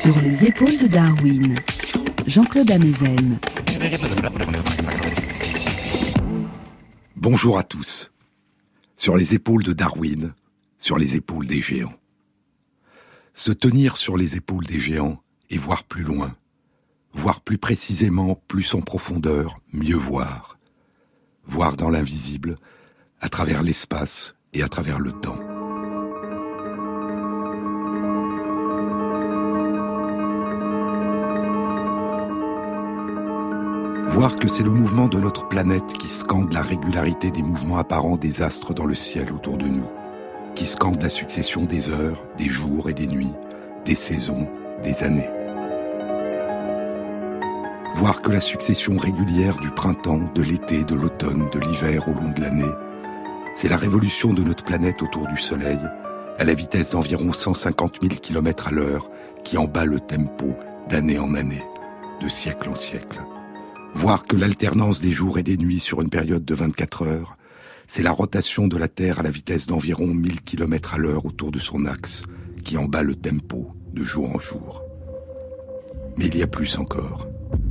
Sur les épaules de Darwin, Jean-Claude Amezen. Bonjour à tous. Sur les épaules de Darwin, sur les épaules des géants. Se tenir sur les épaules des géants et voir plus loin, voir plus précisément, plus en profondeur, mieux voir. Voir dans l'invisible, à travers l'espace et à travers le temps. Voir que c'est le mouvement de notre planète qui scande la régularité des mouvements apparents des astres dans le ciel autour de nous, qui scande la succession des heures, des jours et des nuits, des saisons, des années. Voir que la succession régulière du printemps, de l'été, de l'automne, de l'hiver au long de l'année, c'est la révolution de notre planète autour du Soleil, à la vitesse d'environ 150 000 km à l'heure, qui embat le tempo d'année en année, de siècle en siècle. Voir que l'alternance des jours et des nuits sur une période de 24 heures, c'est la rotation de la Terre à la vitesse d'environ 1000 km à l'heure autour de son axe, qui embat le tempo de jour en jour. Mais il y a plus encore.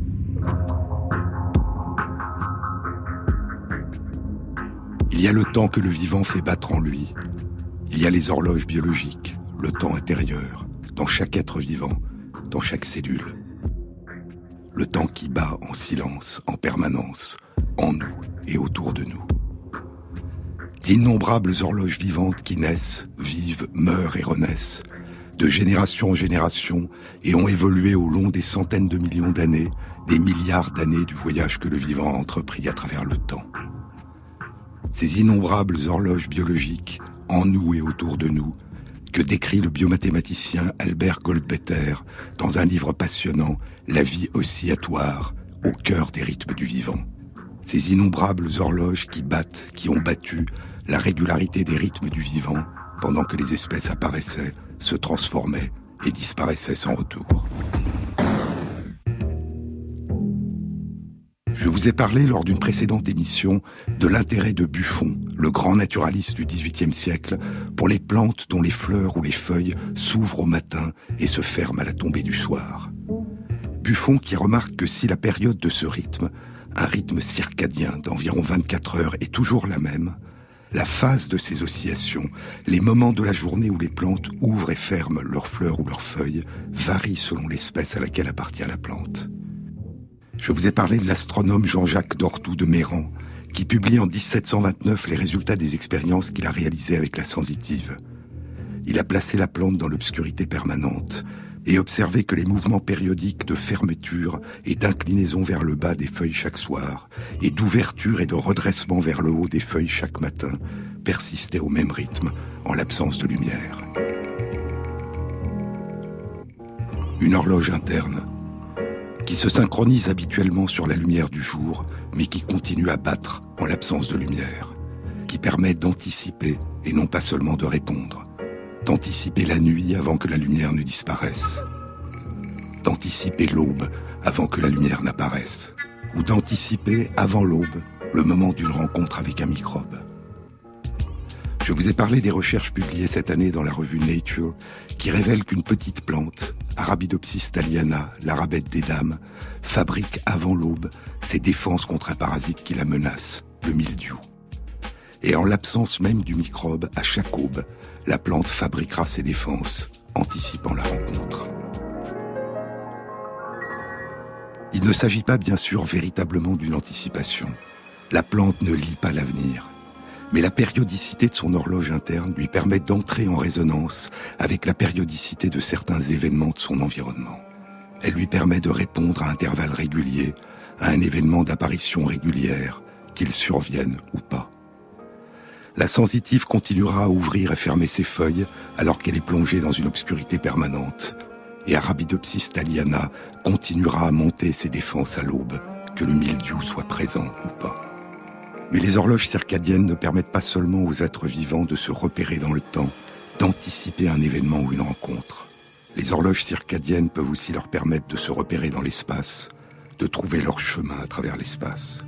Il y a le temps que le vivant fait battre en lui. Il y a les horloges biologiques, le temps intérieur, dans chaque être vivant, dans chaque cellule. Le temps qui bat en silence, en permanence, en nous et autour de nous. D'innombrables horloges vivantes qui naissent, vivent, meurent et renaissent, de génération en génération, et ont évolué au long des centaines de millions d'années, des milliards d'années du voyage que le vivant a entrepris à travers le temps. Ces innombrables horloges biologiques, en nous et autour de nous, que décrit le biomathématicien Albert Goldbetter dans un livre passionnant, La vie oscillatoire, au cœur des rythmes du vivant. Ces innombrables horloges qui battent, qui ont battu la régularité des rythmes du vivant pendant que les espèces apparaissaient, se transformaient et disparaissaient sans retour. Je vous ai parlé lors d'une précédente émission de l'intérêt de Buffon, le grand naturaliste du XVIIIe siècle, pour les plantes dont les fleurs ou les feuilles s'ouvrent au matin et se ferment à la tombée du soir. Buffon qui remarque que si la période de ce rythme, un rythme circadien d'environ 24 heures, est toujours la même, la phase de ces oscillations, les moments de la journée où les plantes ouvrent et ferment leurs fleurs ou leurs feuilles, varient selon l'espèce à laquelle appartient la plante. Je vous ai parlé de l'astronome Jean-Jacques Dortoux de Méran, qui publie en 1729 les résultats des expériences qu'il a réalisées avec la sensitive. Il a placé la plante dans l'obscurité permanente et observé que les mouvements périodiques de fermeture et d'inclinaison vers le bas des feuilles chaque soir et d'ouverture et de redressement vers le haut des feuilles chaque matin persistaient au même rythme en l'absence de lumière. Une horloge interne qui se synchronise habituellement sur la lumière du jour, mais qui continue à battre en l'absence de lumière, qui permet d'anticiper et non pas seulement de répondre, d'anticiper la nuit avant que la lumière ne disparaisse, d'anticiper l'aube avant que la lumière n'apparaisse, ou d'anticiper avant l'aube le moment d'une rencontre avec un microbe. Je vous ai parlé des recherches publiées cette année dans la revue Nature qui révèlent qu'une petite plante, Arabidopsis thaliana, l'arabette des dames, fabrique avant l'aube ses défenses contre un parasite qui la menace, le mildiou. Et en l'absence même du microbe, à chaque aube, la plante fabriquera ses défenses, anticipant la rencontre. Il ne s'agit pas bien sûr véritablement d'une anticipation. La plante ne lit pas l'avenir. Mais la périodicité de son horloge interne lui permet d'entrer en résonance avec la périodicité de certains événements de son environnement. Elle lui permet de répondre à intervalles réguliers à un événement d'apparition régulière, qu'il survienne ou pas. La sensitive continuera à ouvrir et fermer ses feuilles alors qu'elle est plongée dans une obscurité permanente. Et Arabidopsis thaliana continuera à monter ses défenses à l'aube, que le mildiou soit présent ou pas. Mais les horloges circadiennes ne permettent pas seulement aux êtres vivants de se repérer dans le temps, d'anticiper un événement ou une rencontre. Les horloges circadiennes peuvent aussi leur permettre de se repérer dans l'espace, de trouver leur chemin à travers l'espace.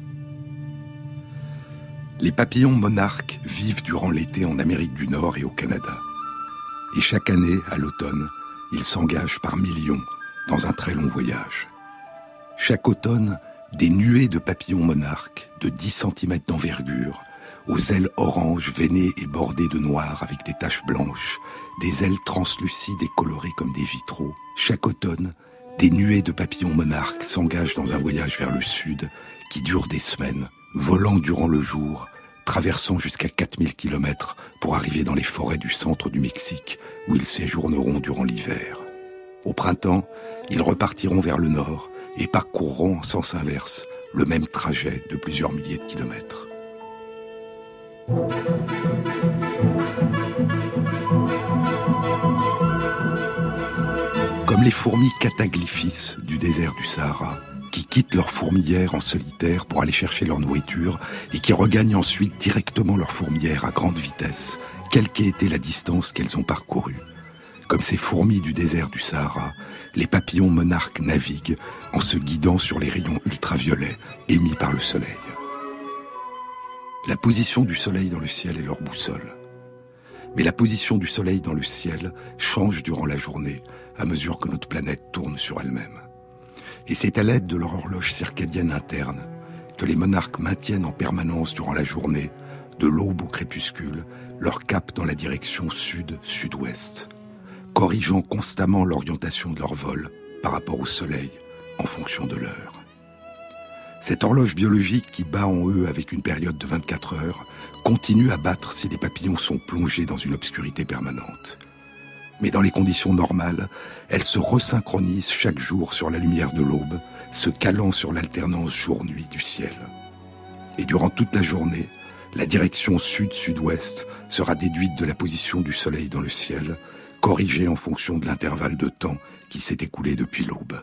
Les papillons monarques vivent durant l'été en Amérique du Nord et au Canada. Et chaque année, à l'automne, ils s'engagent par millions dans un très long voyage. Chaque automne, des nuées de papillons monarques de 10 cm d'envergure, aux ailes oranges veinées et bordées de noir avec des taches blanches, des ailes translucides et colorées comme des vitraux. Chaque automne, des nuées de papillons monarques s'engagent dans un voyage vers le sud qui dure des semaines, volant durant le jour, traversant jusqu'à 4000 km pour arriver dans les forêts du centre du Mexique où ils séjourneront durant l'hiver. Au printemps, ils repartiront vers le nord et parcourront en sens inverse le même trajet de plusieurs milliers de kilomètres. Comme les fourmis cataglyphis du désert du Sahara, qui quittent leur fourmilière en solitaire pour aller chercher leur nourriture et qui regagnent ensuite directement leur fourmilière à grande vitesse, quelle qu'ait été la distance qu'elles ont parcourue. Comme ces fourmis du désert du Sahara, les papillons monarques naviguent en se guidant sur les rayons ultraviolets émis par le soleil. La position du soleil dans le ciel est leur boussole. Mais la position du soleil dans le ciel change durant la journée à mesure que notre planète tourne sur elle-même. Et c'est à l'aide de leur horloge circadienne interne que les monarques maintiennent en permanence durant la journée, de l'aube au crépuscule, leur cap dans la direction sud-sud-ouest, corrigeant constamment l'orientation de leur vol par rapport au soleil en fonction de l'heure. Cette horloge biologique qui bat en eux avec une période de 24 heures continue à battre si les papillons sont plongés dans une obscurité permanente. Mais dans les conditions normales, elle se resynchronise chaque jour sur la lumière de l'aube, se calant sur l'alternance jour-nuit du ciel. Et durant toute la journée, la direction sud-sud-ouest sera déduite de la position du soleil dans le ciel, corrigée en fonction de l'intervalle de temps qui s'est écoulé depuis l'aube.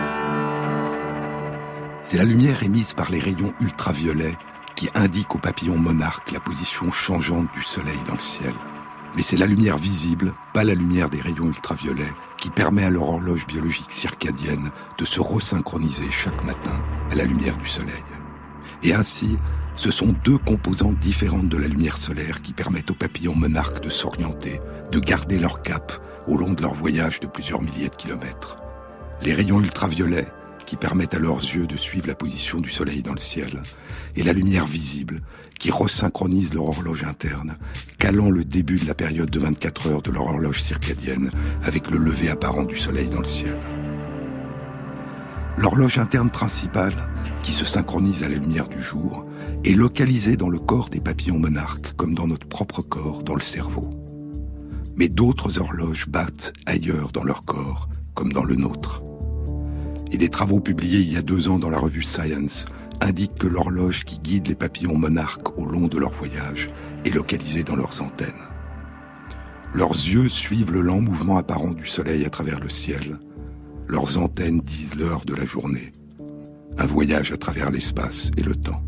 C'est la lumière émise par les rayons ultraviolets qui indique aux papillons monarques la position changeante du soleil dans le ciel. Mais c'est la lumière visible, pas la lumière des rayons ultraviolets, qui permet à leur horloge biologique circadienne de se resynchroniser chaque matin à la lumière du soleil. Et ainsi, ce sont deux composantes différentes de la lumière solaire qui permettent aux papillons monarques de s'orienter, de garder leur cap au long de leur voyage de plusieurs milliers de kilomètres. Les rayons ultraviolets, qui permettent à leurs yeux de suivre la position du soleil dans le ciel, et la lumière visible, qui resynchronise leur horloge interne, calant le début de la période de 24 heures de leur horloge circadienne avec le lever apparent du soleil dans le ciel. L'horloge interne principale, qui se synchronise à la lumière du jour, est localisée dans le corps des papillons monarques, comme dans notre propre corps, dans le cerveau. Mais d'autres horloges battent ailleurs dans leur corps, comme dans le nôtre. Et des travaux publiés il y a 2 ans dans la revue Science indiquent que l'horloge qui guide les papillons monarques au long de leur voyage est localisée dans leurs antennes. Leurs yeux suivent le lent mouvement apparent du soleil à travers le ciel. Leurs antennes disent l'heure de la journée. Un voyage à travers l'espace et le temps.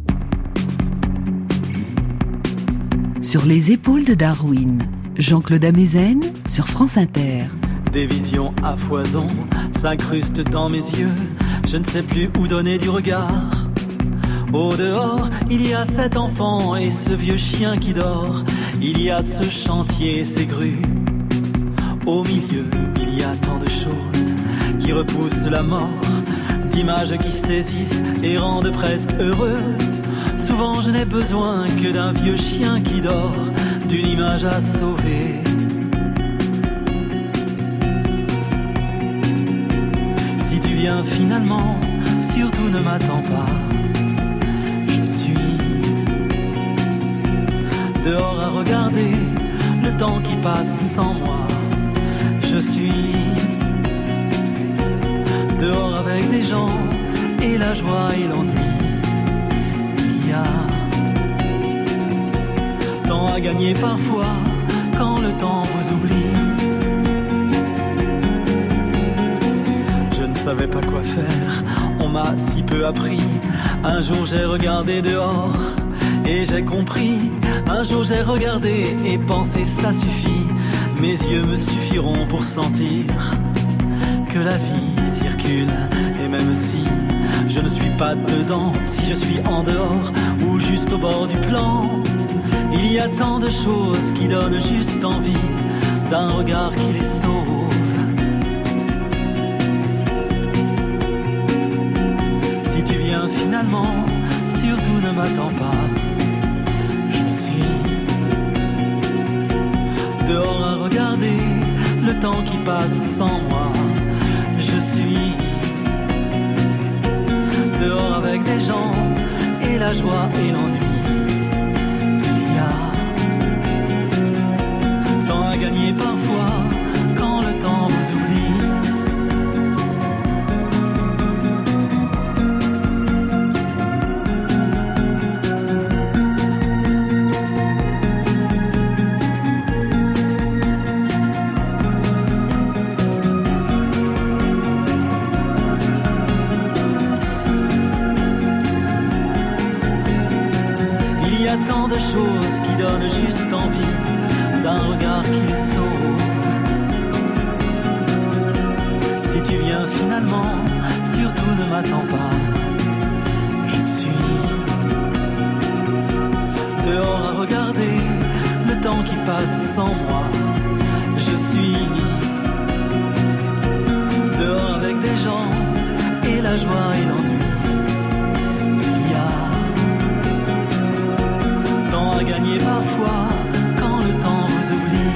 Sur les épaules de Darwin, Jean-Claude Amezen sur France Inter. Des visions à foison s'incrustent dans mes yeux. Je ne sais plus où donner du regard. Au dehors, il y a cet enfant et ce vieux chien qui dort. Il y a ce chantier et ces grues. Au milieu, il y a tant de choses qui repoussent la mort, d'images qui saisissent et rendent presque heureux. Souvent, je n'ai besoin que d'un vieux chien qui dort, d'une image à sauver. Si tu viens finalement, surtout ne m'attends pas. Je suis dehors à regarder le temps qui passe sans moi. Je suis dehors avec des gens et la joie et l'ennui. Il y a tant à gagner parfois quand le temps vous oublie. Je ne savais pas quoi faire, on m'a si peu appris. Un jour j'ai regardé dehors et j'ai compris. Un jour j'ai regardé et pensé ça suffit. Mes yeux me suffiront pour sentir que la vie circule. Et même si je ne suis pas dedans, si je suis en dehors ou juste au bord du plan, il y a tant de choses qui donnent juste envie d'un regard qui les sauve. viens finalement, surtout ne m'attends pas. Je suis dehors à regarder le temps qui passe sans moi. Je suis dehors avec des gens et la joie et l'ennui. Il y a tant à gagner parfois quand le temps vous oublie. Tant de choses qui donnent juste envie d'un regard qui les sauve. Si tu viens finalement, surtout ne m'attends pas. Je suis dehors à regarder le temps qui passe sans moi. Je suis dehors avec des gens et la joie et l'ennui. À gagner parfois quand le temps vous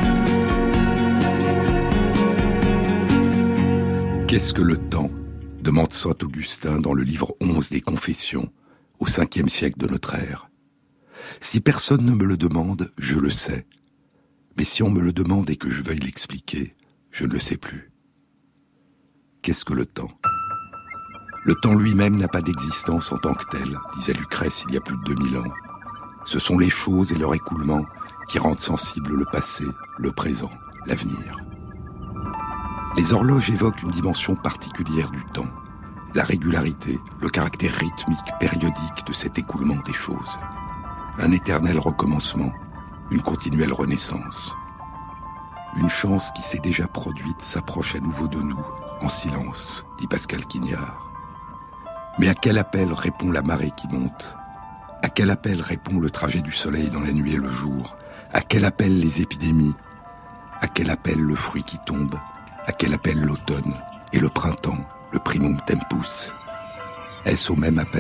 oublie. Qu'est-ce que le temps ? Demande saint Augustin dans le livre 11 des Confessions, au 5e siècle de notre ère. Si personne ne me le demande, je le sais. Mais si on me le demande et que je veuille l'expliquer, je ne le sais plus. Qu'est-ce que le temps ? Le temps lui-même n'a pas d'existence en tant que tel, disait Lucrèce il y a plus de 2000 ans. Ce sont les choses et leur écoulement qui rendent sensible le passé, le présent, l'avenir. Les horloges évoquent une dimension particulière du temps, la régularité, le caractère rythmique, périodique de cet écoulement des choses. Un éternel recommencement, une continuelle renaissance. Une chance qui s'est déjà produite s'approche à nouveau de nous, en silence, dit Pascal Quignard. Mais à quel appel répond la marée qui monte ? À quel appel répond le trajet du soleil dans la nuit et le jour ? À quel appel les épidémies ? À quel appel le fruit qui tombe ? À quel appel l'automne et le printemps, le primum tempus ? Est-ce au même appel ?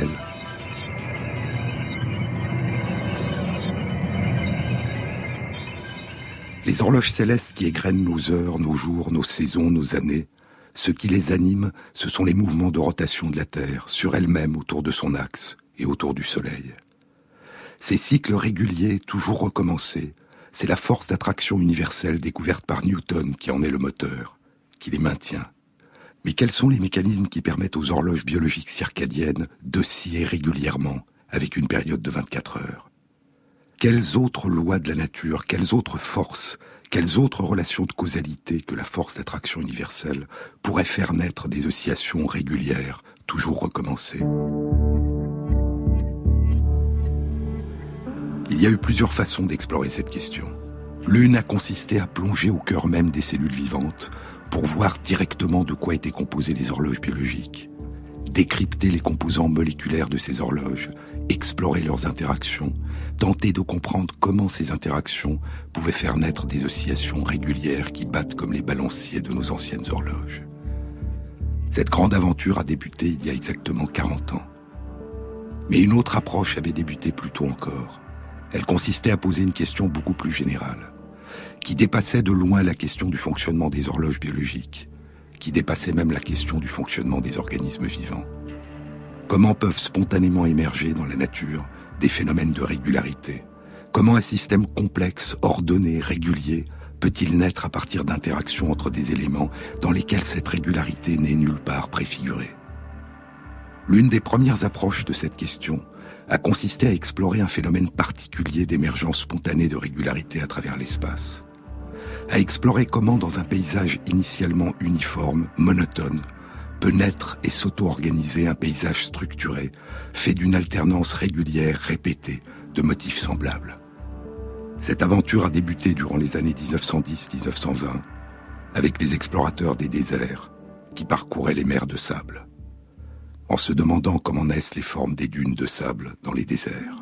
Les horloges célestes qui égrènent nos heures, nos jours, nos saisons, nos années, ce qui les anime, ce sont les mouvements de rotation de la Terre, sur elle-même autour de son axe et autour du soleil. Ces cycles réguliers, toujours recommencés, c'est la force d'attraction universelle découverte par Newton qui en est le moteur, qui les maintient. Mais quels sont les mécanismes qui permettent aux horloges biologiques circadiennes d'osciller régulièrement avec une période de 24 heures ? Quelles autres lois de la nature, quelles autres forces, quelles autres relations de causalité que la force d'attraction universelle pourraient faire naître des oscillations régulières, toujours recommencées ? Il y a eu plusieurs façons d'explorer cette question. L'une a consisté à plonger au cœur même des cellules vivantes pour voir directement de quoi étaient composées les horloges biologiques, décrypter les composants moléculaires de ces horloges, explorer leurs interactions, tenter de comprendre comment ces interactions pouvaient faire naître des oscillations régulières qui battent comme les balanciers de nos anciennes horloges. Cette grande aventure a débuté il y a exactement 40 ans. Mais une autre approche avait débuté plus tôt encore. Elle consistait à poser une question beaucoup plus générale, qui dépassait de loin la question du fonctionnement des horloges biologiques, qui dépassait même la question du fonctionnement des organismes vivants. Comment peuvent spontanément émerger dans la nature des phénomènes de régularité ? Comment un système complexe, ordonné, régulier, peut-il naître à partir d'interactions entre des éléments dans lesquels cette régularité n'est nulle part préfigurée ? L'une des premières approches de cette question a consisté à explorer un phénomène particulier d'émergence spontanée de régularité à travers l'espace. À explorer comment, dans un paysage initialement uniforme, monotone, peut naître et s'auto-organiser un paysage structuré, fait d'une alternance régulière, répétée, de motifs semblables. Cette aventure a débuté durant les années 1910-1920, avec les explorateurs des déserts qui parcouraient les mers de sable, en se demandant comment naissent les formes des dunes de sable dans les déserts.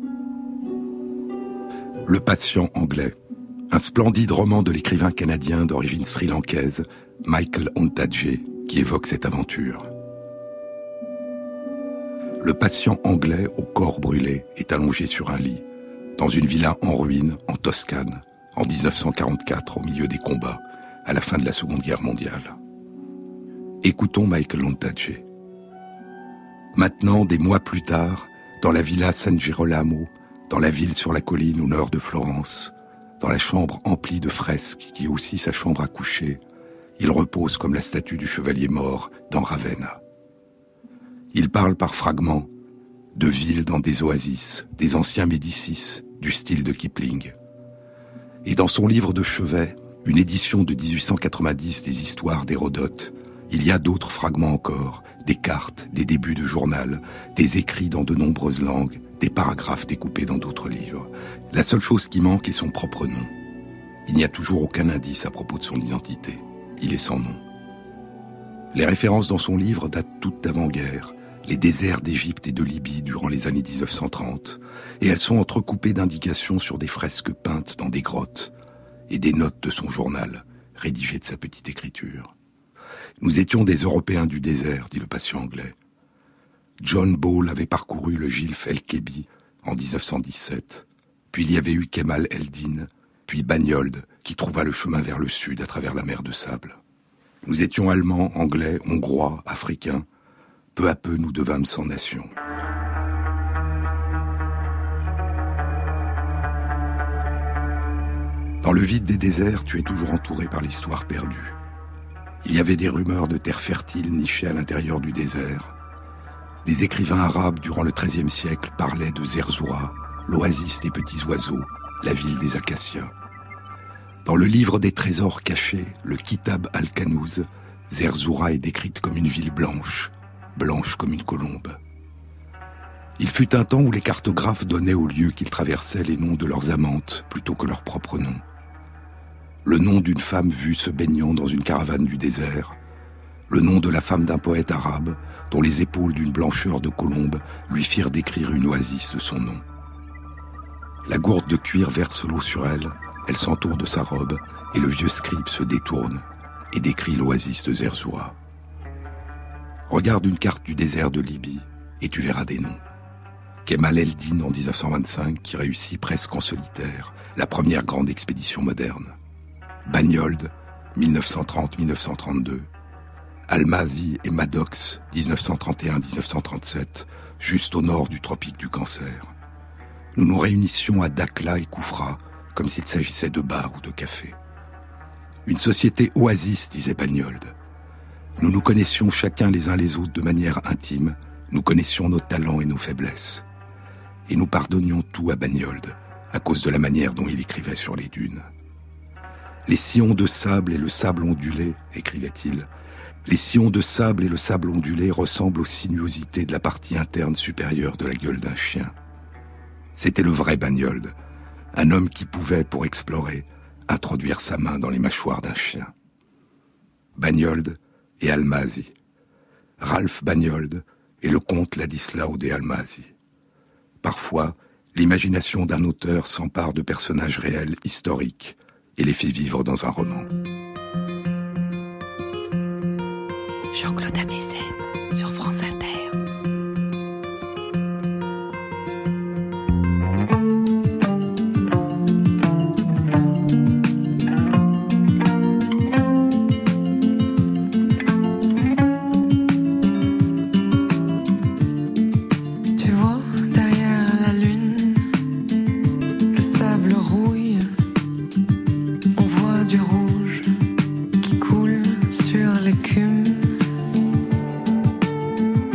Le patient anglais, un splendide roman de l'écrivain canadien d'origine sri-lankaise, Michael Ontaje, qui évoque cette aventure. Le patient anglais au corps brûlé est allongé sur un lit, dans une villa en ruine en Toscane, en 1944, au milieu des combats, à la fin de la Seconde Guerre mondiale. Écoutons Michael Lontage. Maintenant, des mois plus tard, dans la villa San Girolamo, dans la ville sur la colline au nord de Florence, dans la chambre emplie de fresques qui est aussi sa chambre à coucher, il repose comme la statue du chevalier mort dans Ravenna. Il parle par fragments de villes dans des oasis, des anciens Médicis, du style de Kipling. Et dans son livre de chevet, une édition de 1890 des histoires d'Hérodote, il y a d'autres fragments encore, des cartes, des débuts de journal, des écrits dans de nombreuses langues, des paragraphes découpés dans d'autres livres. La seule chose qui manque est son propre nom. Il n'y a toujours aucun indice à propos de son identité. Il est sans nom. Les références dans son livre datent toutes d'avant-guerre, les déserts d'Égypte et de Libye durant les années 1930, et elles sont entrecoupées d'indications sur des fresques peintes dans des grottes et des notes de son journal, rédigées de sa petite écriture. Nous étions des Européens du désert, dit le patient anglais. John Ball avait parcouru le Gilf el-Kébi en 1917, puis il y avait eu Kemal el-Din, puis Bagnold, qui trouva le chemin vers le sud à travers la mer de sable. Nous étions Allemands, Anglais, Hongrois, Africains. Peu à peu, nous devînmes sans nation. Dans le vide des déserts, tu es toujours entouré par l'histoire perdue. Il y avait des rumeurs de terres fertiles nichées à l'intérieur du désert. Des écrivains arabes durant le XIIIe siècle parlaient de Zerzura, l'oasis des petits oiseaux, la ville des acacias. Dans le livre des trésors cachés, le Kitab al-Kanouz, Zerzura est décrite comme une ville blanche, blanche comme une colombe. Il fut un temps où les cartographes donnaient aux lieux qu'ils traversaient les noms de leurs amantes plutôt que leurs propres noms. Le nom d'une femme vue se baignant dans une caravane du désert, le nom de la femme d'un poète arabe dont les épaules d'une blancheur de colombe lui firent décrire une oasis de son nom. La gourde de cuir verse l'eau sur elle, elle s'entoure de sa robe et le vieux scribe se détourne et décrit l'oasis de Zerzura. Regarde une carte du désert de Libye et tu verras des noms. Kemal el-Din en 1925 qui réussit presque en solitaire la première grande expédition moderne. Bagnold, 1930-1932. Almazy et Maddox, 1931-1937, juste au nord du tropique du Cancer. Nous nous réunissions à Dakhla et Koufra, comme s'il s'agissait de bars ou de cafés. Une société oasis, disait Bagnold. Nous nous connaissions chacun les uns les autres de manière intime, nous connaissions nos talents et nos faiblesses. Et nous pardonnions tout à Bagnold, à cause de la manière dont il écrivait sur les dunes. Les sillons de sable et le sable ondulé, écrivait-il, les sillons de sable et le sable ondulé ressemblent aux sinuosités de la partie interne supérieure de la gueule d'un chien. C'était le vrai Bagnold, un homme qui pouvait, pour explorer, introduire sa main dans les mâchoires d'un chien. Bagnold et Almazy. Ralph Bagnold et le comte Ladislao de Almazy. Parfois, l'imagination d'un auteur s'empare de personnages réels, historiques, et les fait vivre dans un roman. Jean-Claude Amezen sur France Inter. Sur l'écume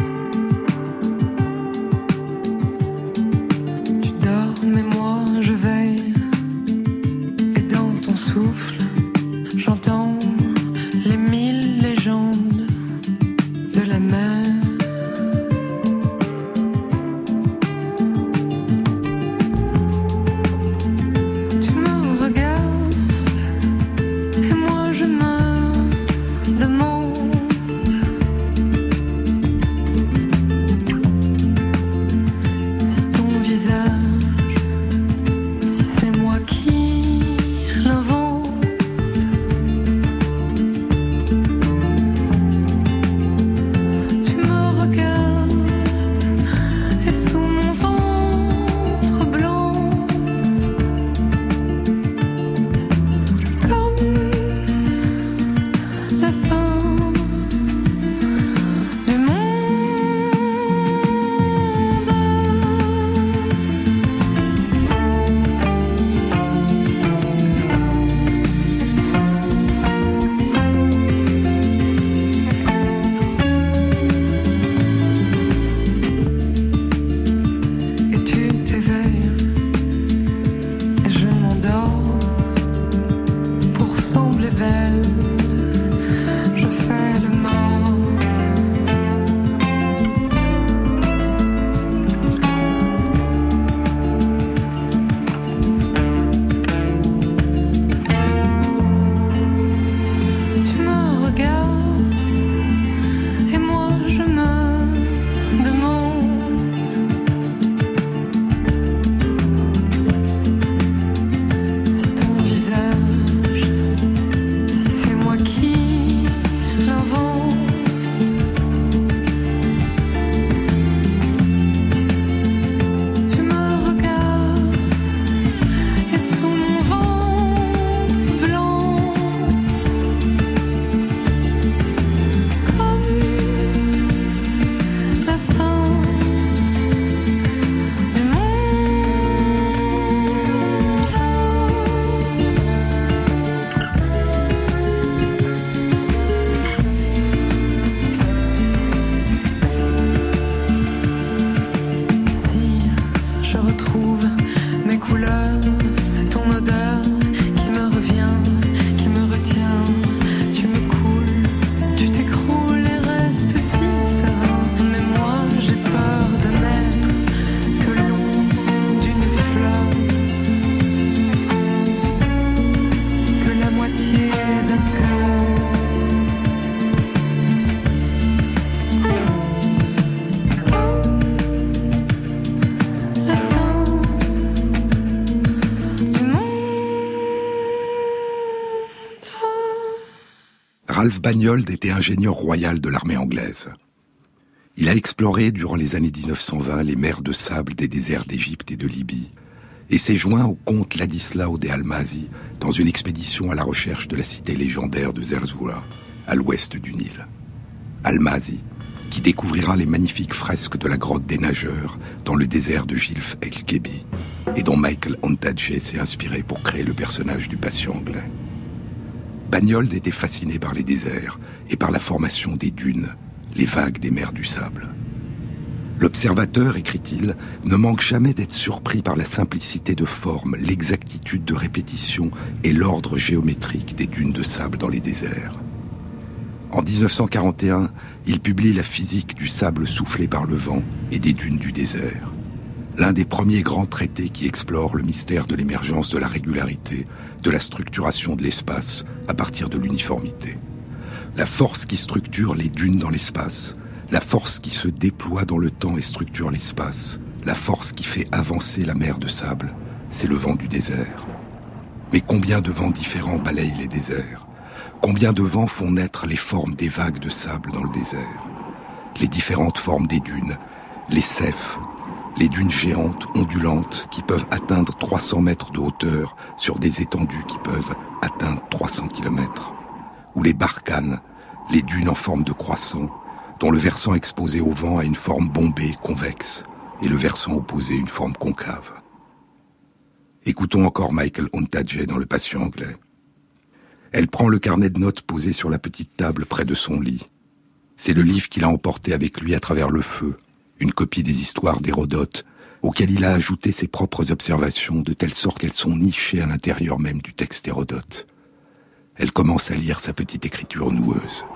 Ralph Bagnold était ingénieur royal de l'armée anglaise. Il a exploré durant les années 1920 les mers de sable des déserts d'Égypte et de Libye et s'est joint au comte Ladislao de Almasi dans une expédition à la recherche de la cité légendaire de Zerzura, à l'ouest du Nil. Almasi, qui découvrira les magnifiques fresques de la grotte des nageurs dans le désert de Gilf el-Kebi et dont Michael Ondaatje s'est inspiré pour créer le personnage du patient anglais. Bagnold était fasciné par les déserts et par la formation des dunes, les vagues des mers du sable. L'observateur, écrit-il, ne manque jamais d'être surpris par la simplicité de forme, l'exactitude de répétition et l'ordre géométrique des dunes de sable dans les déserts. En 1941, il publie la physique du sable soufflé par le vent et des dunes du désert, l'un des premiers grands traités qui explore le mystère de l'émergence de la régularité, de la structuration de l'espace à partir de l'uniformité. La force qui structure les dunes dans l'espace, la force qui se déploie dans le temps et structure l'espace, la force qui fait avancer la mer de sable, c'est le vent du désert. Mais combien de vents différents balayent les déserts ? Combien de vents font naître les formes des vagues de sable dans le désert ? Les différentes formes des dunes, les sefs, les dunes géantes, ondulantes, qui peuvent atteindre 300 mètres de hauteur sur des étendues qui peuvent atteindre 300 km. Ou les barkhanes, les dunes en forme de croissant, dont le versant exposé au vent a une forme bombée, convexe, et le versant opposé une forme concave. Écoutons encore Michael Ondaatje dans Le Patient anglais. Elle prend le carnet de notes posé sur la petite table près de son lit. C'est le livre qu'il a emporté avec lui à travers le feu, une copie des histoires d'Hérodote, auquel il a ajouté ses propres observations de telle sorte qu'elles sont nichées à l'intérieur même du texte d'Hérodote. Elle commence à lire sa petite écriture noueuse.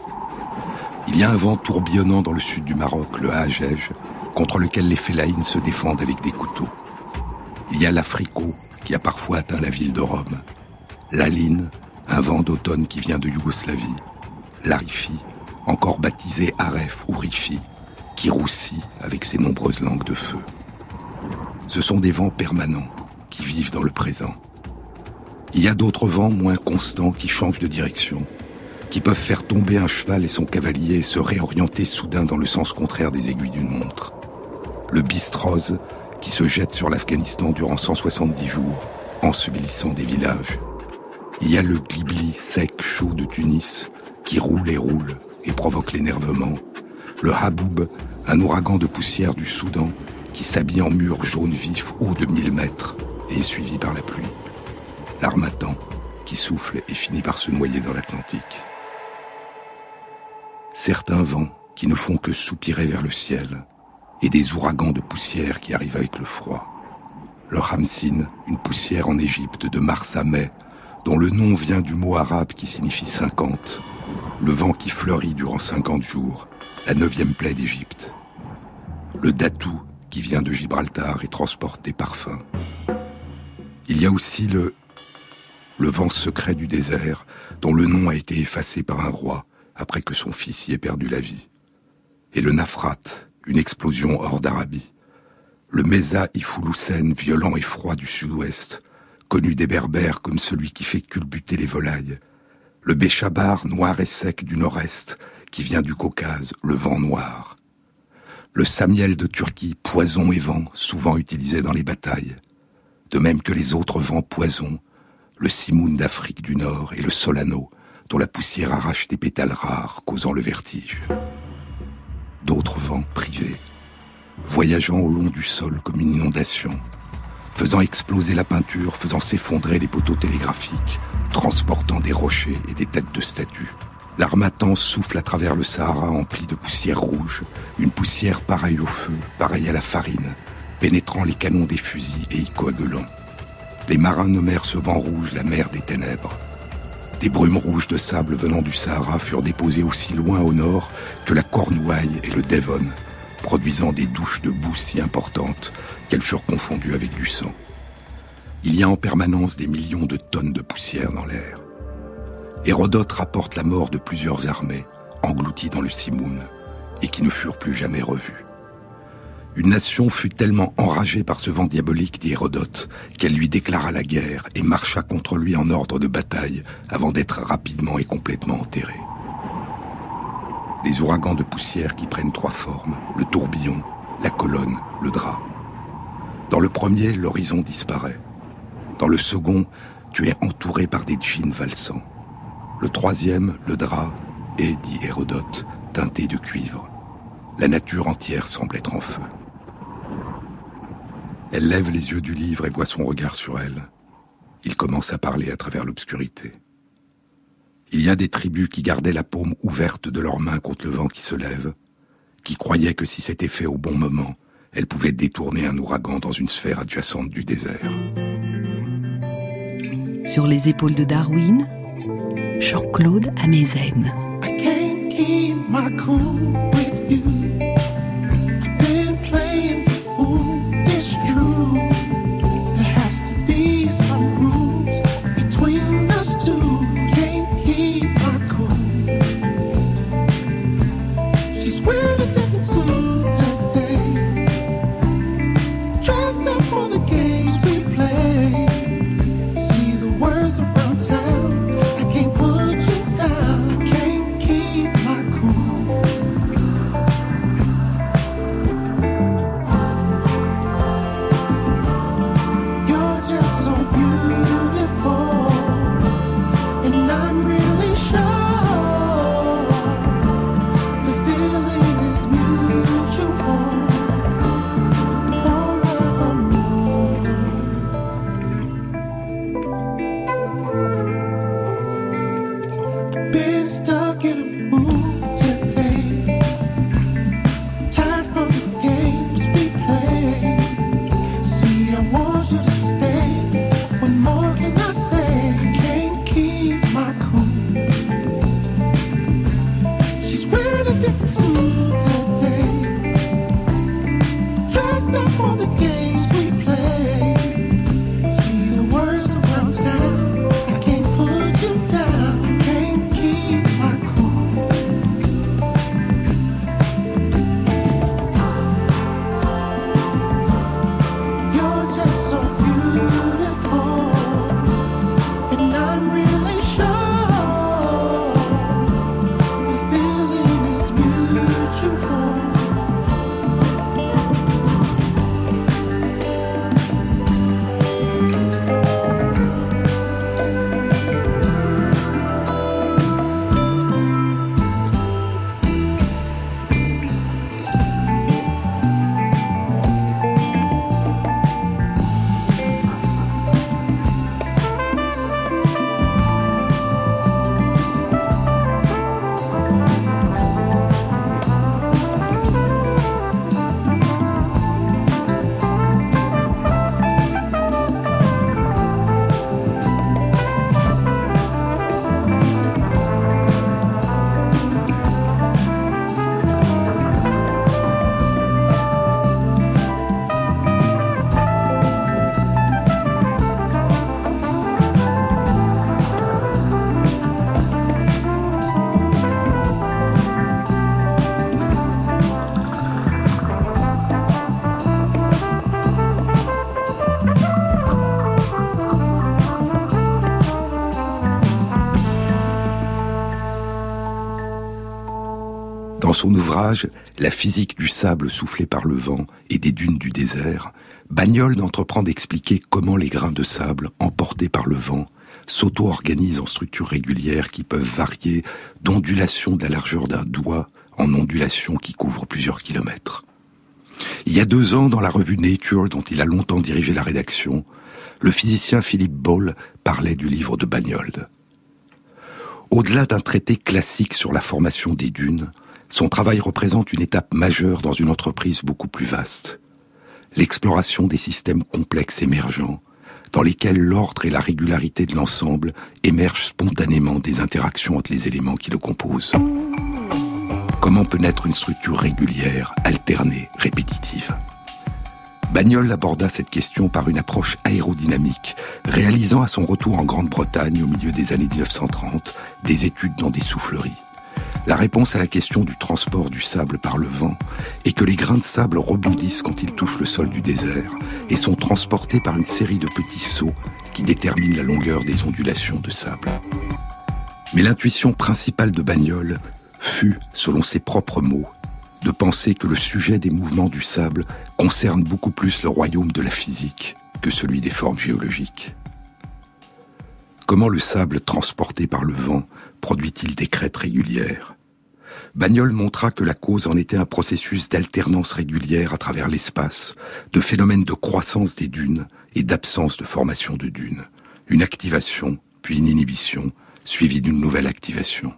Il y a un vent tourbillonnant dans le sud du Maroc, le Hajej, contre lequel les félaïnes se défendent avec des couteaux. Il y a l'Africo, qui a parfois atteint la ville de Rome. L'Aline, un vent d'automne qui vient de Yougoslavie. L'Arifi, encore baptisé Aref ou Rifi, qui roussit avec ses nombreuses langues de feu. Ce sont des vents permanents, qui vivent dans le présent. Il y a d'autres vents moins constants qui changent de direction, qui peuvent faire tomber un cheval et son cavalier et se réorienter soudain dans le sens contraire des aiguilles d'une montre. Le Bistroz, qui se jette sur l'Afghanistan durant 170 jours, ensevelissant des villages. Il y a le Glibli sec chaud de Tunis, qui roule et provoque l'énervement. Le Haboub, un ouragan de poussière du Soudan, qui s'habille en murs jaunes vifs hauts de 1000 mètres et est suivi par la pluie. L'Harmattan, qui souffle et finit par se noyer dans l'Atlantique. Certains vents qui ne font que soupirer vers le ciel, et des ouragans de poussière qui arrivent avec le froid. Le Hamsin, une poussière en Égypte de mars à mai, dont le nom vient du mot arabe qui signifie 50, le vent qui fleurit durant 50 jours, la 9e plaie d'Égypte. Le Datou, qui vient de Gibraltar et transporte des parfums. Il y a aussi le vent secret du désert, dont le nom a été effacé par un roi, après que son fils y ait perdu la vie. Et le Nafrat, une explosion hors d'Arabie. Le Meza Ifouloussen, violent et froid du sud-ouest, connu des Berbères comme celui qui fait culbuter les volailles. Le Béchabar, noir et sec du nord-est, qui vient du Caucase, le vent noir. Le Samiel de Turquie, poison et vent, souvent utilisé dans les batailles. De même que les autres vents poison, le Simoun d'Afrique du Nord et le Solano, dont la poussière arrache des pétales rares, causant le vertige. D'autres vents privés, voyageant au long du sol comme une inondation, faisant exploser la peinture, faisant s'effondrer les poteaux télégraphiques, transportant des rochers et des têtes de statues. L'Harmattan souffle à travers le Sahara empli de poussière rouge, une poussière pareille au feu, pareille à la farine, pénétrant les canons des fusils et y coagulant. Les marins nommèrent ce vent rouge la mer des ténèbres. Des brumes rouges de sable venant du Sahara furent déposées aussi loin au nord que la Cornouaille et le Devon, produisant des douches de boue si importantes qu'elles furent confondues avec du sang. Il y a en permanence des millions de tonnes de poussière dans l'air. Hérodote rapporte la mort de plusieurs armées, englouties dans le Simoun, et qui ne furent plus jamais revues. Une nation fut tellement enragée par ce vent diabolique, dit Hérodote, qu'elle lui déclara la guerre et marcha contre lui en ordre de bataille avant d'être rapidement et complètement enterrée. Des ouragans de poussière qui prennent 3 formes, le tourbillon, la colonne, le drap. Dans le premier, l'horizon disparaît. Dans le second, tu es entouré par des djinns valsants. Le troisième, le drap, est, dit Hérodote, teinté de cuivre. La nature entière semble être en feu. Elle lève les yeux du livre et voit son regard sur elle. Il commence à parler à travers l'obscurité. Il y a des tribus qui gardaient la paume ouverte de leurs mains contre le vent qui se lève, qui croyaient que si c'était fait au bon moment, elles pouvaient détourner un ouragan dans une sphère adjacente du désert. Sur les épaules de Darwin, Jean-Claude Amezen. I can't keep my cool with you. I've been playing the fool, it's true. There has to be some rules between us two. Can't keep my cool. She's wearing a different suit today, dressed up for the games we play. See the words around town, I can't put you down. Can't keep my cool. You're just so beautiful, and I'm really sure the feeling is mutual forevermore. Been stuck in a mood today, tired from the games we play. See, I want you to stay. What more can I say? Can't keep my cool. She's wearing a different suit today, dressed up for the games we play. See the words around town, I can't put you down. Can't keep my cool. You're just so beautiful, and I'm really sure the feeling is mutual. Dans son ouvrage « La physique du sable soufflé par le vent et des dunes du désert », Bagnold entreprend d'expliquer comment les grains de sable, emportés par le vent, s'auto-organisent en structures régulières qui peuvent varier d'ondulation de la largeur d'un doigt en ondulation qui couvre plusieurs kilomètres. Il y a 2 ans, dans la revue Nature, dont il a longtemps dirigé la rédaction, le physicien Philippe Ball parlait du livre de Bagnold. Au-delà d'un traité classique sur la formation des dunes, son travail représente une étape majeure dans une entreprise beaucoup plus vaste. L'exploration des systèmes complexes émergents, dans lesquels l'ordre et la régularité de l'ensemble émergent spontanément des interactions entre les éléments qui le composent. Comment peut naître une structure régulière, alternée, répétitive ? Bagnold aborda cette question par une approche aérodynamique, réalisant à son retour en Grande-Bretagne au milieu des années 1930 des études dans des souffleries. La réponse à la question du transport du sable par le vent est que les grains de sable rebondissent quand ils touchent le sol du désert et sont transportés par une série de petits sauts qui déterminent la longueur des ondulations de sable. Mais l'intuition principale de Bagnol fut, selon ses propres mots, de penser que le sujet des mouvements du sable concerne beaucoup plus le royaume de la physique que celui des formes géologiques. Comment le sable transporté par le vent produit-il des crêtes régulières ? Bagnol montra que la cause en était un processus d'alternance régulière à travers l'espace, de phénomènes de croissance des dunes et d'absence de formation de dunes. Une activation, puis une inhibition, suivie d'une nouvelle activation.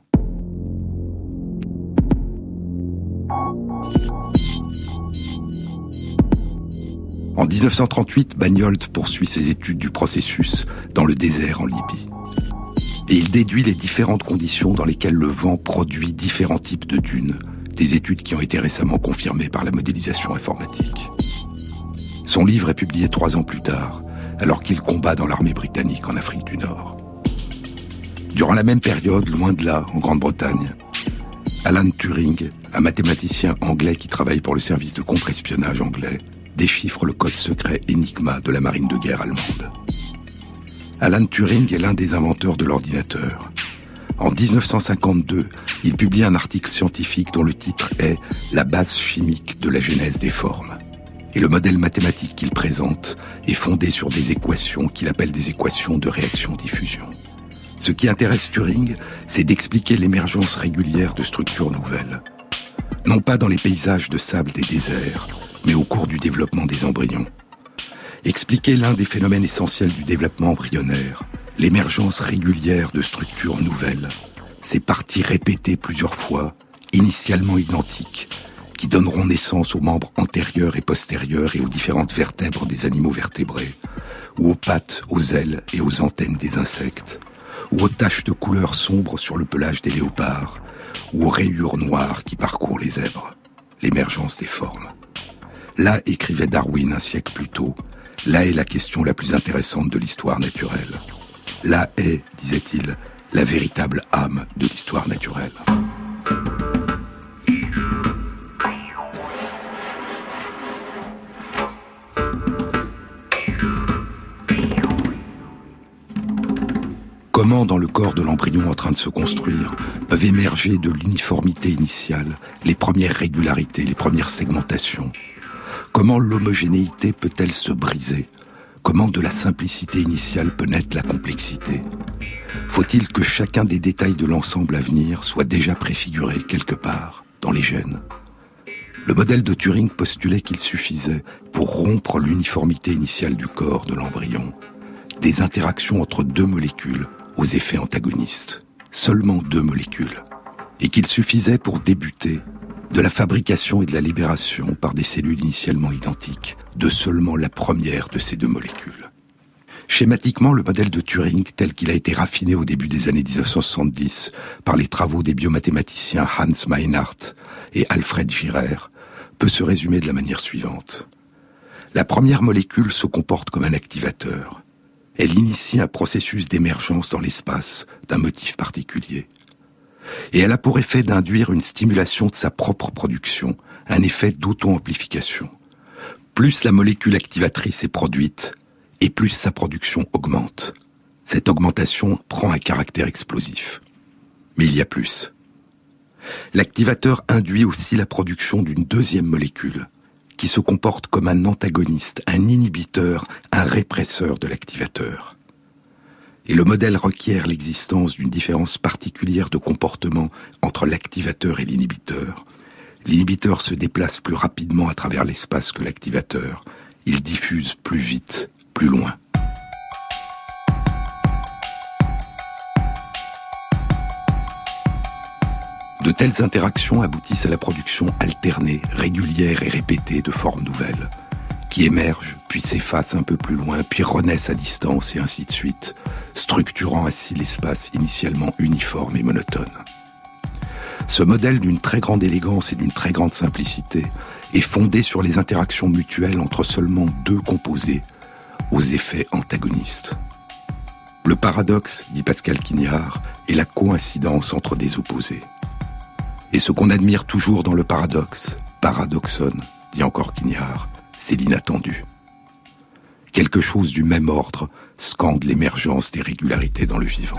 En 1938, Bagnol poursuit ses études du processus dans le désert en Libye. Et il déduit les différentes conditions dans lesquelles le vent produit différents types de dunes, des études qui ont été récemment confirmées par la modélisation informatique. Son livre est publié 3 ans plus tard, alors qu'il combat dans l'armée britannique en Afrique du Nord. Durant la même période, loin de là, en Grande-Bretagne, Alan Turing, un mathématicien anglais qui travaille pour le service de contre-espionnage anglais, déchiffre le code secret Enigma de la marine de guerre allemande. Alan Turing est l'un des inventeurs de l'ordinateur. En 1952, il publie un article scientifique dont le titre est « La base chimique de la genèse des formes ». Et le modèle mathématique qu'il présente est fondé sur des équations qu'il appelle des équations de réaction-diffusion. Ce qui intéresse Turing, c'est d'expliquer l'émergence régulière de structures nouvelles. Non pas dans les paysages de sable des déserts, mais au cours du développement des embryons. Expliquer l'un des phénomènes essentiels du développement embryonnaire, l'émergence régulière de structures nouvelles, ces parties répétées plusieurs fois, initialement identiques, qui donneront naissance aux membres antérieurs et postérieurs et aux différentes vertèbres des animaux vertébrés, ou aux pattes, aux ailes et aux antennes des insectes, ou aux taches de couleur sombre sur le pelage des léopards, ou aux rayures noires qui parcourent les zèbres, l'émergence des formes. Là, écrivait Darwin un siècle plus tôt, là est la question la plus intéressante de l'histoire naturelle. Là est, disait-il, la véritable âme de l'histoire naturelle. Comment, dans le corps de l'embryon en train de se construire, peuvent émerger de l'uniformité initiale les premières régularités, les premières segmentations ? Comment l'homogénéité peut-elle se briser ? Comment de la simplicité initiale peut naître la complexité ? Faut-il que chacun des détails de l'ensemble à venir soit déjà préfiguré quelque part, dans les gènes ? Le modèle de Turing postulait qu'il suffisait, pour rompre l'uniformité initiale du corps de l'embryon, des interactions entre 2 molécules aux effets antagonistes. Seulement 2 molécules. Et qu'il suffisait pour débuter de la fabrication et de la libération par des cellules initialement identiques de seulement la première de ces 2 molécules. Schématiquement, le modèle de Turing, tel qu'il a été raffiné au début des années 1970 par les travaux des biomathématiciens Hans Meinhardt et Alfred Girrer, peut se résumer de la manière suivante. La première molécule se comporte comme un activateur. Elle initie un processus d'émergence dans l'espace d'un motif particulier. Et elle a pour effet d'induire une stimulation de sa propre production, un effet d'auto-amplification. Plus la molécule activatrice est produite, et plus sa production augmente. Cette augmentation prend un caractère explosif. Mais il y a plus. L'activateur induit aussi la production d'une 2e molécule, qui se comporte comme un antagoniste, un inhibiteur, un répresseur de l'activateur. Et le modèle requiert l'existence d'une différence particulière de comportement entre l'activateur et l'inhibiteur. L'inhibiteur se déplace plus rapidement à travers l'espace que l'activateur. Il diffuse plus vite, plus loin. De telles interactions aboutissent à la production alternée, régulière et répétée de formes nouvelles, qui émergent, puis s'effacent un peu plus loin, puis renaissent à distance, et ainsi de suite, structurant ainsi l'espace initialement uniforme et monotone. Ce modèle d'une très grande élégance et d'une très grande simplicité est fondé sur les interactions mutuelles entre seulement 2 composés, aux effets antagonistes. Le paradoxe, dit Pascal Quignard, est la coïncidence entre des opposés. Et ce qu'on admire toujours dans le paradoxe, paradoxon, dit encore Quignard, c'est l'inattendu. Quelque chose du même ordre scande l'émergence des régularités dans le vivant.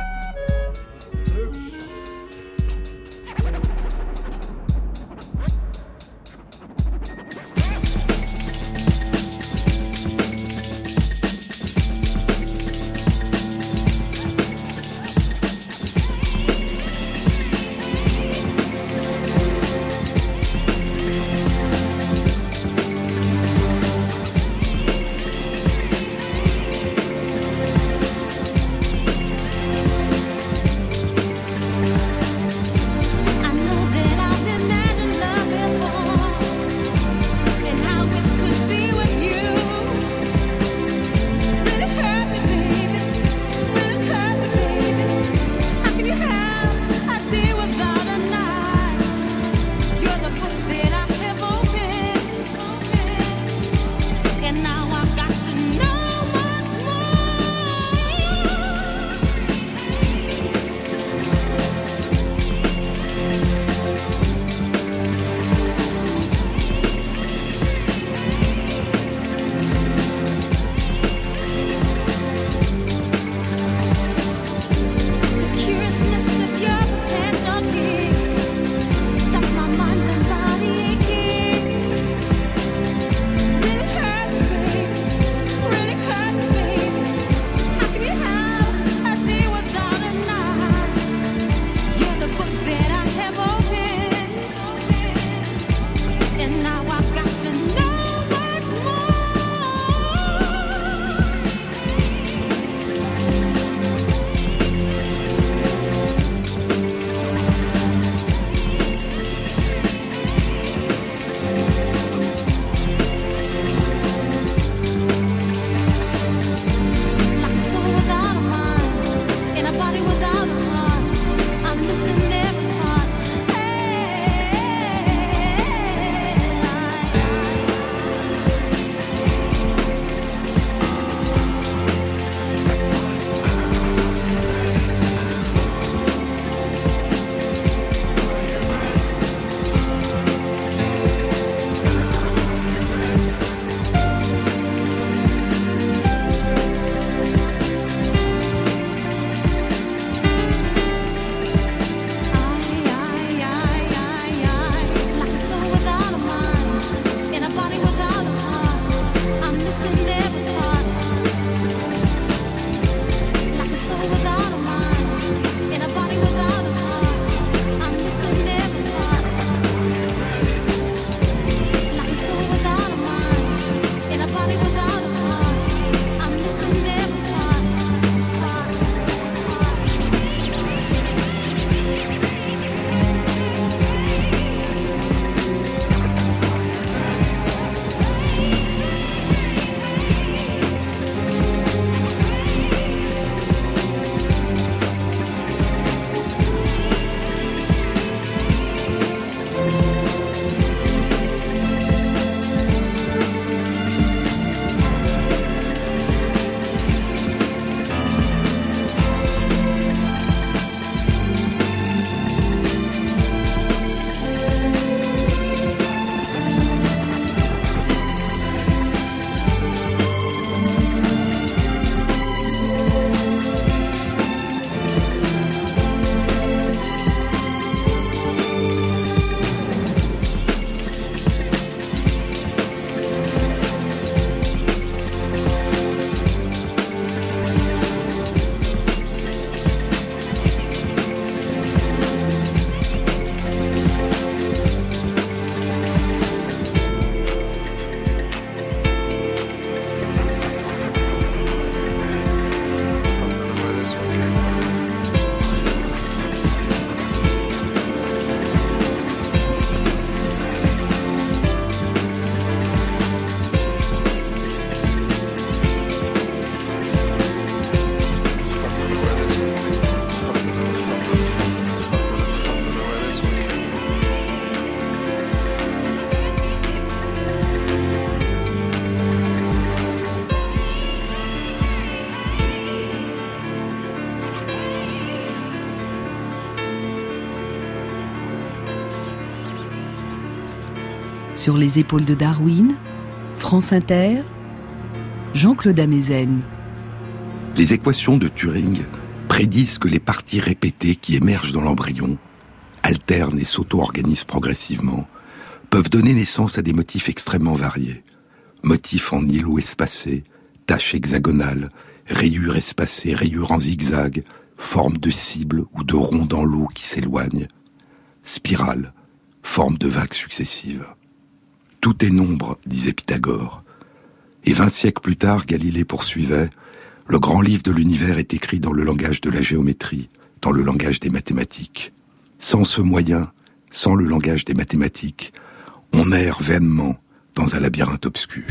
Sur les épaules de Darwin, France Inter, Jean-Claude Amezen. Les équations de Turing prédisent que les parties répétées qui émergent dans l'embryon, alternent et s'auto-organisent progressivement, peuvent donner naissance à des motifs extrêmement variés. Motifs en îlots espacés, taches hexagonales, rayures espacées, rayures en zigzag, formes de cibles ou de ronds dans l'eau qui s'éloignent, spirales, formes de vagues successives. Tout est nombre, disait Pythagore. Et 20 siècles plus tard, Galilée poursuivait, le grand livre de l'univers est écrit dans le langage de la géométrie, dans le langage des mathématiques. Sans ce moyen, sans le langage des mathématiques, on erre vainement dans un labyrinthe obscur.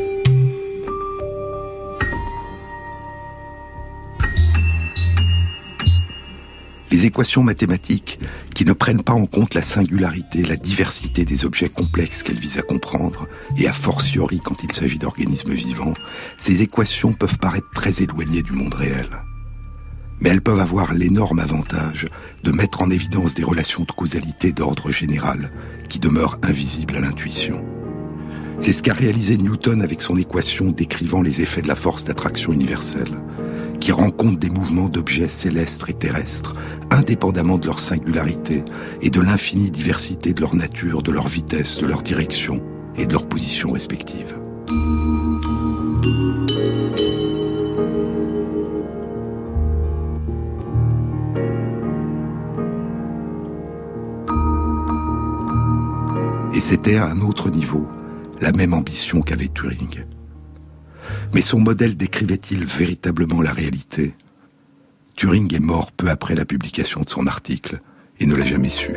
Les équations mathématiques, qui ne prennent pas en compte la singularité, la diversité des objets complexes qu'elles visent à comprendre, et a fortiori quand il s'agit d'organismes vivants, ces équations peuvent paraître très éloignées du monde réel. Mais elles peuvent avoir l'énorme avantage de mettre en évidence des relations de causalité d'ordre général, qui demeurent invisibles à l'intuition. C'est ce qu'a réalisé Newton avec son équation décrivant les effets de la force d'attraction universelle, qui rend compte des mouvements d'objets célestes et terrestres, indépendamment de leur singularité et de l'infinie diversité de leur nature, de leur vitesse, de leur direction et de leur position respective. Et c'était à un autre niveau la même ambition qu'avait Turing. Mais son modèle décrivait-il véritablement la réalité ? Turing est mort peu après la publication de son article et ne l'a jamais su.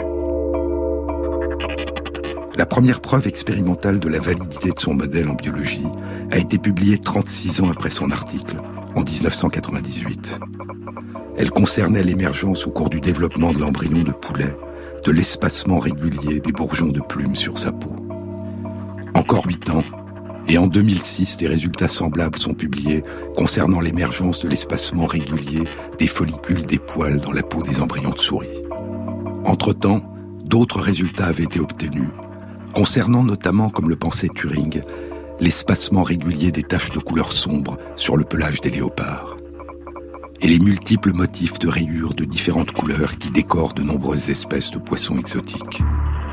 La première preuve expérimentale de la validité de son modèle en biologie a été publiée 36 ans après son article, en 1998. Elle concernait l'émergence au cours du développement de l'embryon de poulet de l'espacement régulier des bourgeons de plumes sur sa peau. Encore 8 ans, et en 2006, des résultats semblables sont publiés concernant l'émergence de l'espacement régulier des follicules des poils dans la peau des embryons de souris. Entre-temps, d'autres résultats avaient été obtenus, concernant notamment, comme le pensait Turing, l'espacement régulier des taches de couleur sombre sur le pelage des léopards, et les multiples motifs de rayures de différentes couleurs qui décorent de nombreuses espèces de poissons exotiques.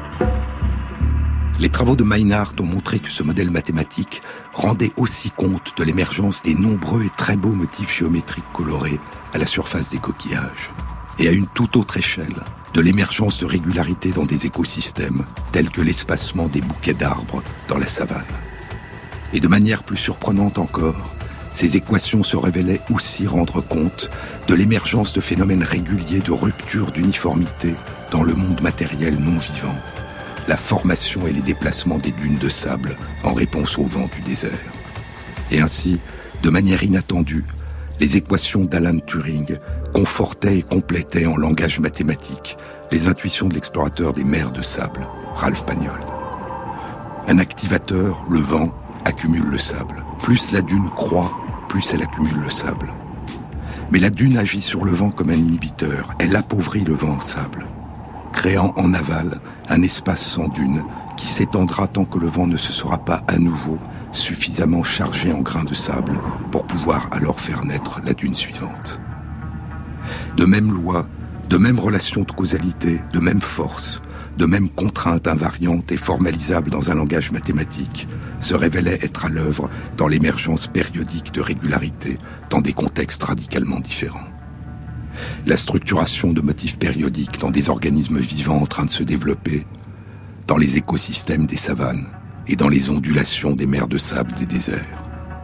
Les travaux de Meinhardt ont montré que ce modèle mathématique rendait aussi compte de l'émergence des nombreux et très beaux motifs géométriques colorés à la surface des coquillages, et à une toute autre échelle, de l'émergence de régularités dans des écosystèmes, tels que l'espacement des bouquets d'arbres dans la savane. Et de manière plus surprenante encore, ces équations se révélaient aussi rendre compte de l'émergence de phénomènes réguliers de rupture d'uniformité dans le monde matériel non vivant, la formation et les déplacements des dunes de sable en réponse au vent du désert. Et ainsi, de manière inattendue, les équations d'Alan Turing confortaient et complétaient en langage mathématique les intuitions de l'explorateur des mers de sable, Ralph Pagnol. Un activateur, le vent, accumule le sable. Plus la dune croît, plus elle accumule le sable. Mais la dune agit sur le vent comme un inhibiteur, elle appauvrit le vent en sable, créant en aval un espace sans dune qui s'étendra tant que le vent ne se sera pas à nouveau suffisamment chargé en grains de sable pour pouvoir alors faire naître la dune suivante. De même loi, de même relation de causalité, de même force, de même contraintes invariantes et formalisables dans un langage mathématique, se révélaient être à l'œuvre dans l'émergence périodique de régularité dans des contextes radicalement différents. La structuration de motifs périodiques dans des organismes vivants en train de se développer, dans les écosystèmes des savanes et dans les ondulations des mers de sable des déserts.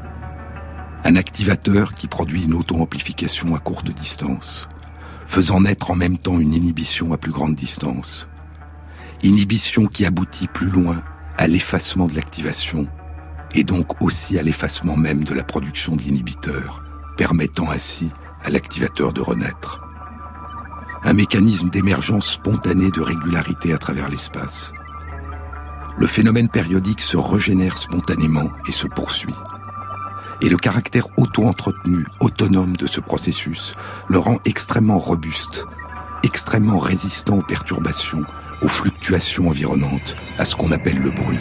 Un activateur qui produit une auto-amplification à courte distance, faisant naître en même temps une inhibition à plus grande distance. Inhibition qui aboutit plus loin à l'effacement de l'activation et donc aussi à l'effacement même de la production de l'inhibiteur, permettant ainsi à l'activateur de renaître. Un mécanisme d'émergence spontanée de régularité à travers l'espace. Le phénomène périodique se régénère spontanément et se poursuit. Et le caractère auto-entretenu, autonome de ce processus, le rend extrêmement robuste, extrêmement résistant aux perturbations, aux fluctuations environnantes, à ce qu'on appelle le bruit.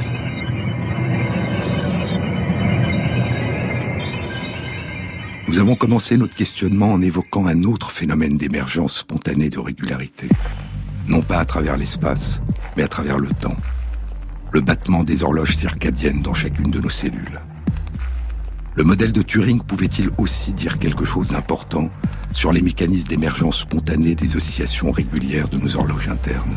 Nous avons commencé notre questionnement en évoquant un autre phénomène d'émergence spontanée de régularité. Non pas à travers l'espace, mais à travers le temps. Le battement des horloges circadiennes dans chacune de nos cellules. Le modèle de Turing pouvait-il aussi dire quelque chose d'important sur les mécanismes d'émergence spontanée des oscillations régulières de nos horloges internes?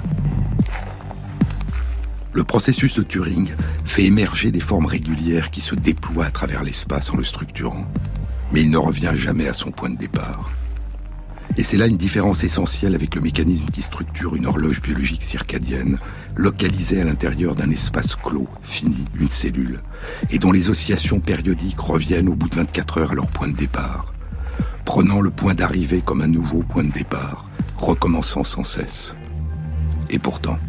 Le processus de Turing fait émerger des formes régulières qui se déploient à travers l'espace en le structurant, mais il ne revient jamais à son point de départ. Et c'est là une différence essentielle avec le mécanisme qui structure une horloge biologique circadienne, localisée à l'intérieur d'un espace clos, fini, une cellule, et dont les oscillations périodiques reviennent au bout de 24 heures à leur point de départ, prenant le point d'arrivée comme un nouveau point de départ, recommençant sans cesse. Et pourtant,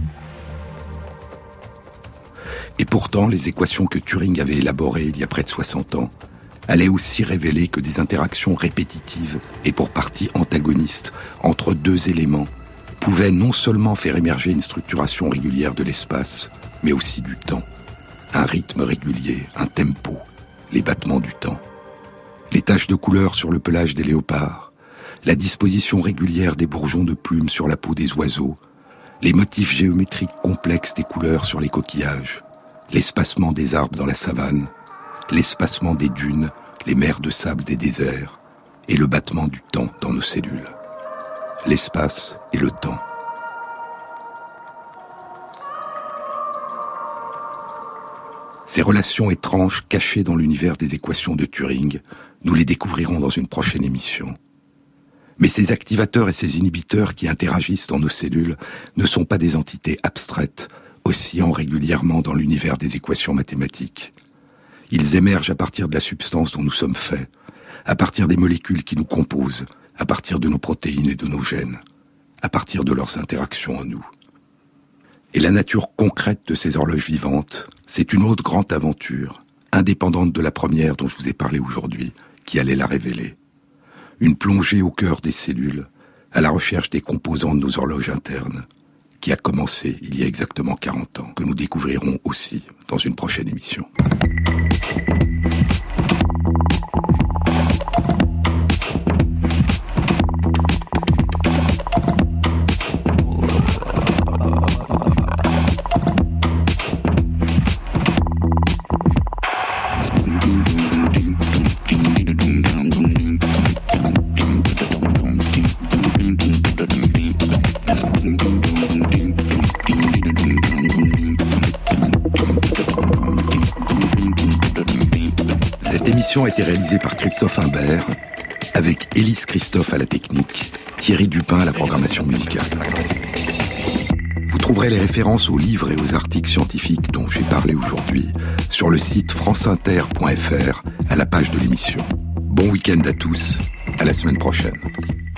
les équations que Turing avait élaborées il y a près de 60 ans allait aussi révéler que des interactions répétitives et pour partie antagonistes entre deux éléments pouvaient non seulement faire émerger une structuration régulière de l'espace, mais aussi du temps. Un rythme régulier, un tempo, les battements du temps. Les taches de couleur sur le pelage des léopards, la disposition régulière des bourgeons de plumes sur la peau des oiseaux, les motifs géométriques complexes des couleurs sur les coquillages, l'espacement des arbres dans la savane, l'espacement des dunes, les mers de sable des déserts, et le battement du temps dans nos cellules. L'espace et le temps. Ces relations étranges cachées dans l'univers des équations de Turing, nous les découvrirons dans une prochaine émission. Mais ces activateurs et ces inhibiteurs qui interagissent dans nos cellules ne sont pas des entités abstraites, oscillant régulièrement dans l'univers des équations mathématiques. Ils émergent à partir de la substance dont nous sommes faits, à partir des molécules qui nous composent, à partir de nos protéines et de nos gènes, à partir de leurs interactions en nous. Et la nature concrète de ces horloges vivantes, c'est une autre grande aventure, indépendante de la première dont je vous ai parlé aujourd'hui, qui allait la révéler. Une plongée au cœur des cellules, à la recherche des composants de nos horloges internes, qui a commencé il y a exactement 40 ans, que nous découvrirons aussi dans une prochaine émission. Cette émission a été réalisée par Christophe Imbert, avec Élise Christophe à la technique, Thierry Dupin à la programmation musicale. Vous trouverez les références aux livres et aux articles scientifiques dont j'ai parlé aujourd'hui sur le site franceinter.fr à la page de l'émission. Bon week-end à tous, à la semaine prochaine.